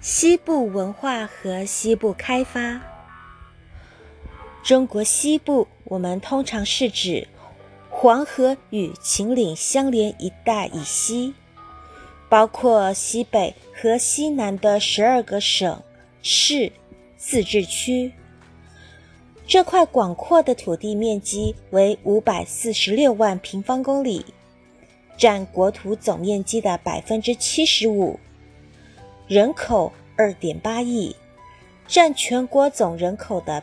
西部文化和西部开发。中国西部，我们通常是指黄河与秦岭相连一带以西，包括西北和西南的12个省、市、自治区。这块广阔的土地面积为546万平方公里，占国土总面积的75%，人口2.8亿，占全国总人口的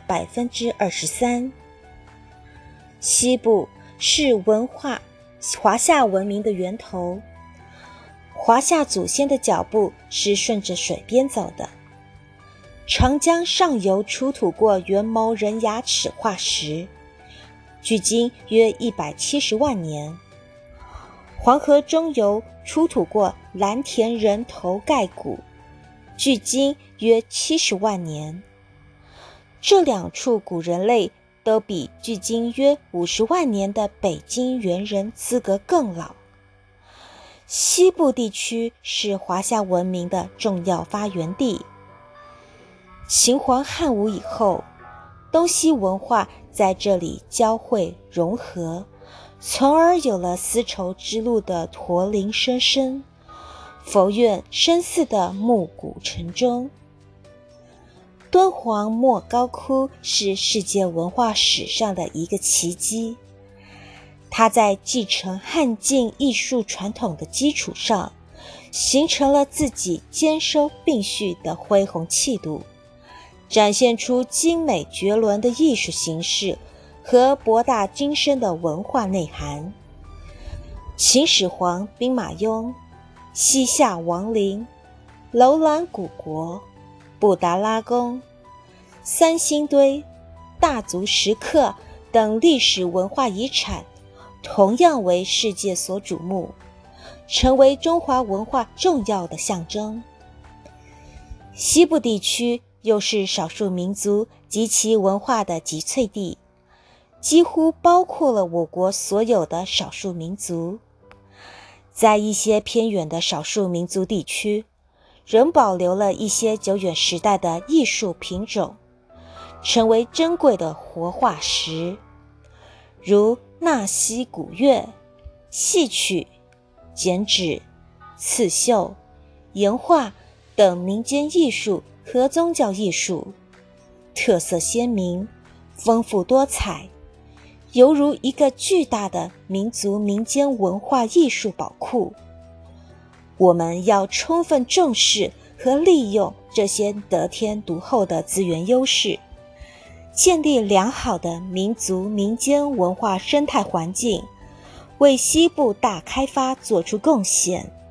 23%。西部是华夏文明的源头，华夏祖先的脚步是顺着水边走的。长江上游出土过元谋人牙齿化石，距今约170万年。黄河中游出土过蓝田人头盖骨，距今约70万年。这两处古人类都比距今约50万年的北京猿人资格更老。西部地区是华夏文明的重要发源地。秦皇汉武以后，东西文化在这里交汇融合，从而有了丝绸之路的驼铃声声，佛院深寺的暮鼓晨钟。敦煌莫高窟是世界文化史上的一个奇迹，它在继承汉晋艺术传统的基础上，形成了自己兼收并蓄的恢宏气度，展现出精美绝伦的艺术形式和博大精深的文化内涵。秦始皇兵马俑、西夏王陵、楼兰古国、布达拉宫、三星堆、大足石刻等历史文化遗产同样为世界所瞩目，成为中华文化重要的象征。西部地区又是少数民族及其文化的集萃地，几乎包括了我国所有的少数民族。在一些偏远的少数民族地区，仍保留了一些久远时代的艺术品种，成为珍贵的活化石，如纳西古乐、戏曲、剪纸、刺绣、岩画等民间艺术和宗教艺术，特色鲜明，丰富多彩，犹如一个巨大的民族民间文化艺术宝库。我们要充分重视和利用这些得天独厚的资源优势，建立良好的民族民间文化生态环境，为西部大开发做出贡献。